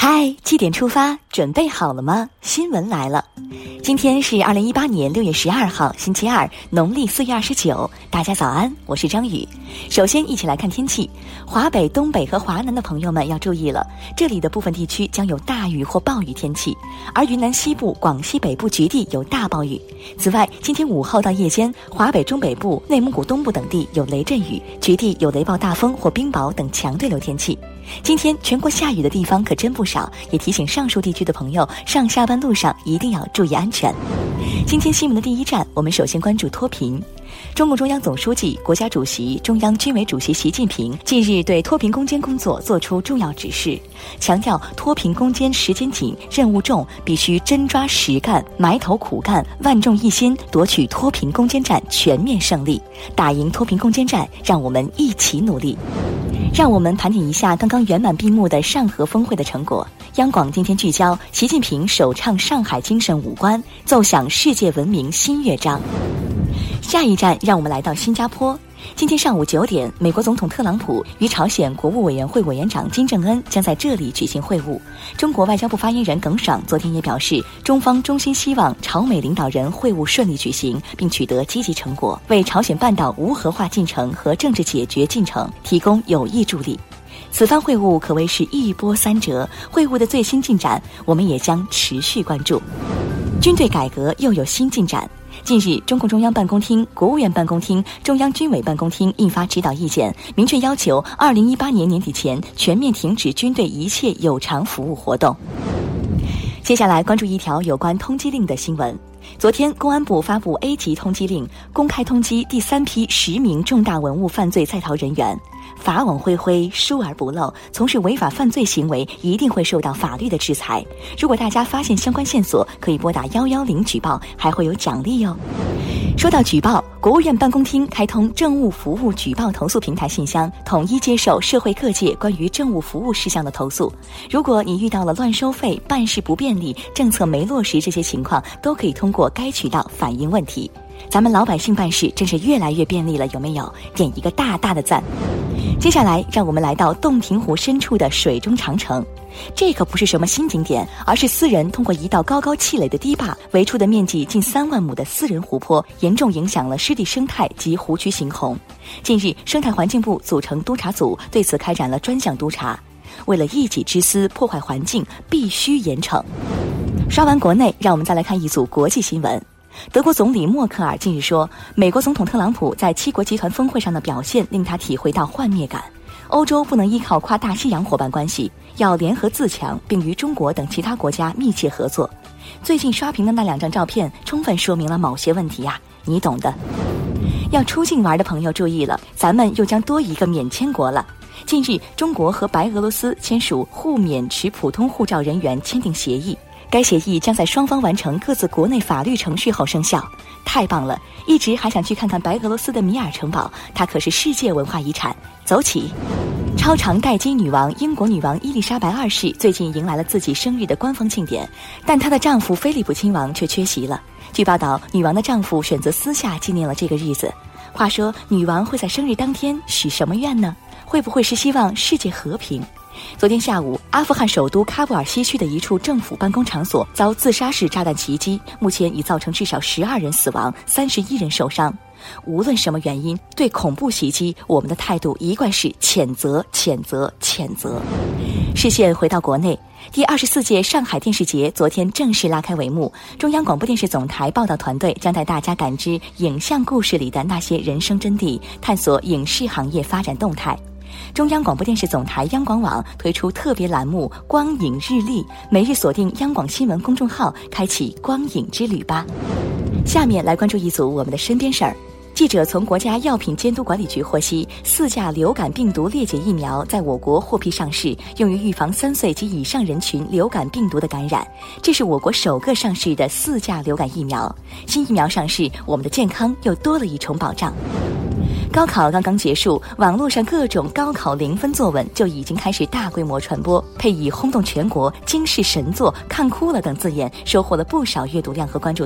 嗨，7点出发，准备好了吗？新闻来了。今天是2018年6月12号，星期二，农历4月29。大家早安，我是张宇。首先一起来看天气。华北、东北和华南的朋友们要注意了，这里的部分地区将有大雨或暴雨天气，而云南西部、广西北部局地有大暴雨。此外，今天午后到夜间，华北中北部、内蒙古东部等地有雷阵雨，局地有雷暴大风或冰雹等强对流天气。今天全国下雨的地方可真不少，也提醒上述地区的朋友上下班路上一定要注意安全。今天新闻的第一站，我们首先关注脱贫。中共中央总书记、国家主席、中央军委主席习近平近日对脱贫攻坚工作作出重要指示，强调脱贫攻坚时间紧、任务重，必须真抓实干、埋头苦干、万众一心，夺取脱贫攻坚战全面胜利，打赢脱贫攻坚战，让我们一起努力。让我们盘点一下刚刚圆满闭幕的上合峰会的成果。央广今天聚焦习近平首倡上海精神5关，奏响世界文明新乐章。下一站让我们来到新加坡。今天上午9点，美国总统特朗普与朝鲜国务委员会委员长金正恩将在这里举行会晤。中国外交部发言人耿爽昨天也表示，中方衷心希望朝美领导人会晤顺利举行，并取得积极成果，为朝鲜半岛无核化进程和政治解决进程提供有益助力。此番会晤可谓是一波三折，会晤的最新进展我们也将持续关注。军队改革又有新进展。近日，中共中央办公厅、国务院办公厅、中央军委办公厅印发指导意见，明确要求2018年年底前全面停止军队一切有偿服务活动。接下来关注一条有关通缉令的新闻。昨天，公安部发布 A 级通缉令，公开通缉第3批10名重大文物犯罪在逃人员。法网恢恢，疏而不漏，从事违法犯罪行为一定会受到法律的制裁。如果大家发现相关线索，可以拨打110举报，还会有奖励哟。说到举报，国务院办公厅开通政务服务举报投诉平台信箱，统一接受社会各界关于政务服务事项的投诉。如果你遇到了乱收费、办事不便利、政策没落实这些情况，都可以通过该渠道反映问题。咱们老百姓办事真是越来越便利了，有没有？点一个大大的赞。接下来让我们来到洞庭湖深处的水中长城。这可不是什么新景点，而是私人通过一道高高砌垒的堤坝围出的面积近3万亩的私人湖泊，严重影响了湿地生态及湖区形红。近日，生态环境部组成督查组对此开展了专项督查。为了一己之私破坏环境，必须严惩。刷完国内，让我们再来看一组国际新闻。德国总理默克尔近日说，美国总统特朗普在7国集团峰会上的表现令他体会到幻灭感。欧洲不能依靠跨大西洋伙伴关系，要联合自强，并与中国等其他国家密切合作。最近刷屏的那2张照片充分说明了某些问题呀，你懂的。要出境玩的朋友注意了，咱们又将多一个免签国了。近日，中国和白俄罗斯签署互免持普通护照人员签订协议，该协议将在双方完成各自国内法律程序后生效。太棒了，一直还想去看看白俄罗斯的米尔城堡，它可是世界文化遗产。走起！超长待机女王英国女王伊丽莎白2世最近迎来了自己生日的官方庆典，但她的丈夫菲利普亲王却缺席了。据报道，女王的丈夫选择私下纪念了这个日子。话说，女王会在生日当天许什么愿呢？会不会是希望世界和平？昨天下午，阿富汗首都喀布尔西区的一处政府办公场所遭自杀式炸弹袭击，目前已造成至少12人死亡，31人受伤。无论什么原因，对恐怖袭击，我们的态度一贯是谴责、谴责、谴责。视线回到国内，第24届上海电视节昨天正式拉开帷幕，中央广播电视总台报道团队将带大家感知影像故事里的那些人生真谛，探索影视行业发展动态。中央广播电视总台央广网推出特别栏目光影日历，每日锁定央广新闻公众号，开启光影之旅吧。下面来关注一组我们的身边事儿。记者从国家药品监督管理局获悉，4价流感病毒裂解疫苗在我国获批上市，用于预防3岁及以上人群流感病毒的感染。这是我国首个上市的4价流感疫苗。新疫苗上市，我们的健康又多了一重保障。高考刚刚结束，网络上各种高考0分作文就已经开始大规模传播，配以轰动全国、惊世神作、看哭了等字眼，收获了不少阅读量和关注度。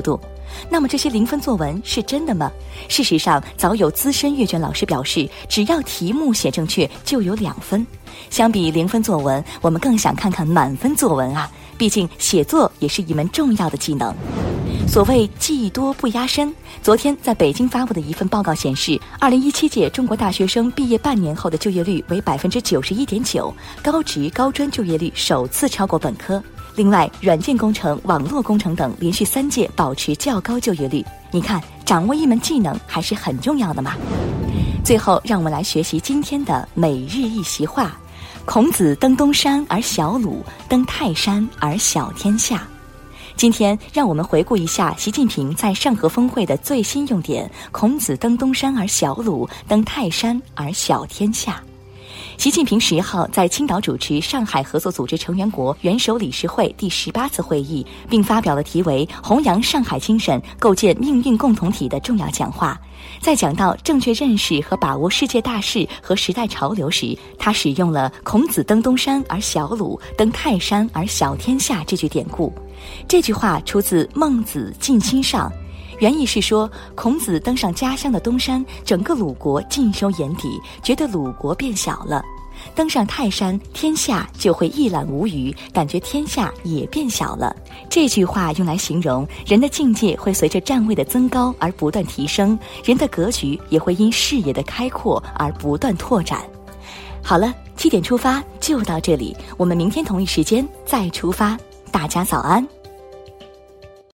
那么这些0分作文是真的吗？事实上，早有资深阅卷老师表示，只要题目写正确就有2分。相比0分作文，我们更想看看满分作文啊，毕竟写作也是一门重要的技能。所谓技多不压身，昨天在北京发布的一份报告显示，2017届中国大学生毕业半年后的就业率为 91.9%， 高职高专就业率首次超过本科。另外，软件工程、网络工程等连续3届保持较高就业率。你看，掌握一门技能还是很重要的嘛。最后，让我们来学习今天的每日一席话：孔子登东山而小鲁，登泰山而小天下。今天让我们回顾一下习近平在上合峰会的最新用典：孔子登东山而小鲁，登泰山而小天下。习近平10号在青岛主持上海合作组织成员国元首理事会第18次会议，并发表了题为“弘扬上海精神，构建命运共同体”的重要讲话。在讲到正确认识和把握世界大势和时代潮流时，他使用了“孔子登东山而小鲁，登泰山而小天下”这句典故。这句话出自《孟子·尽心上》，原意是说，孔子登上家乡的东山，整个鲁国尽收眼底，觉得鲁国变小了；登上泰山，天下就会一览无余，感觉天下也变小了。这句话用来形容人的境界会随着站位的增高而不断提升，人的格局也会因视野的开阔而不断拓展。好了，7点出发就到这里，我们明天同一时间再出发。大家早安。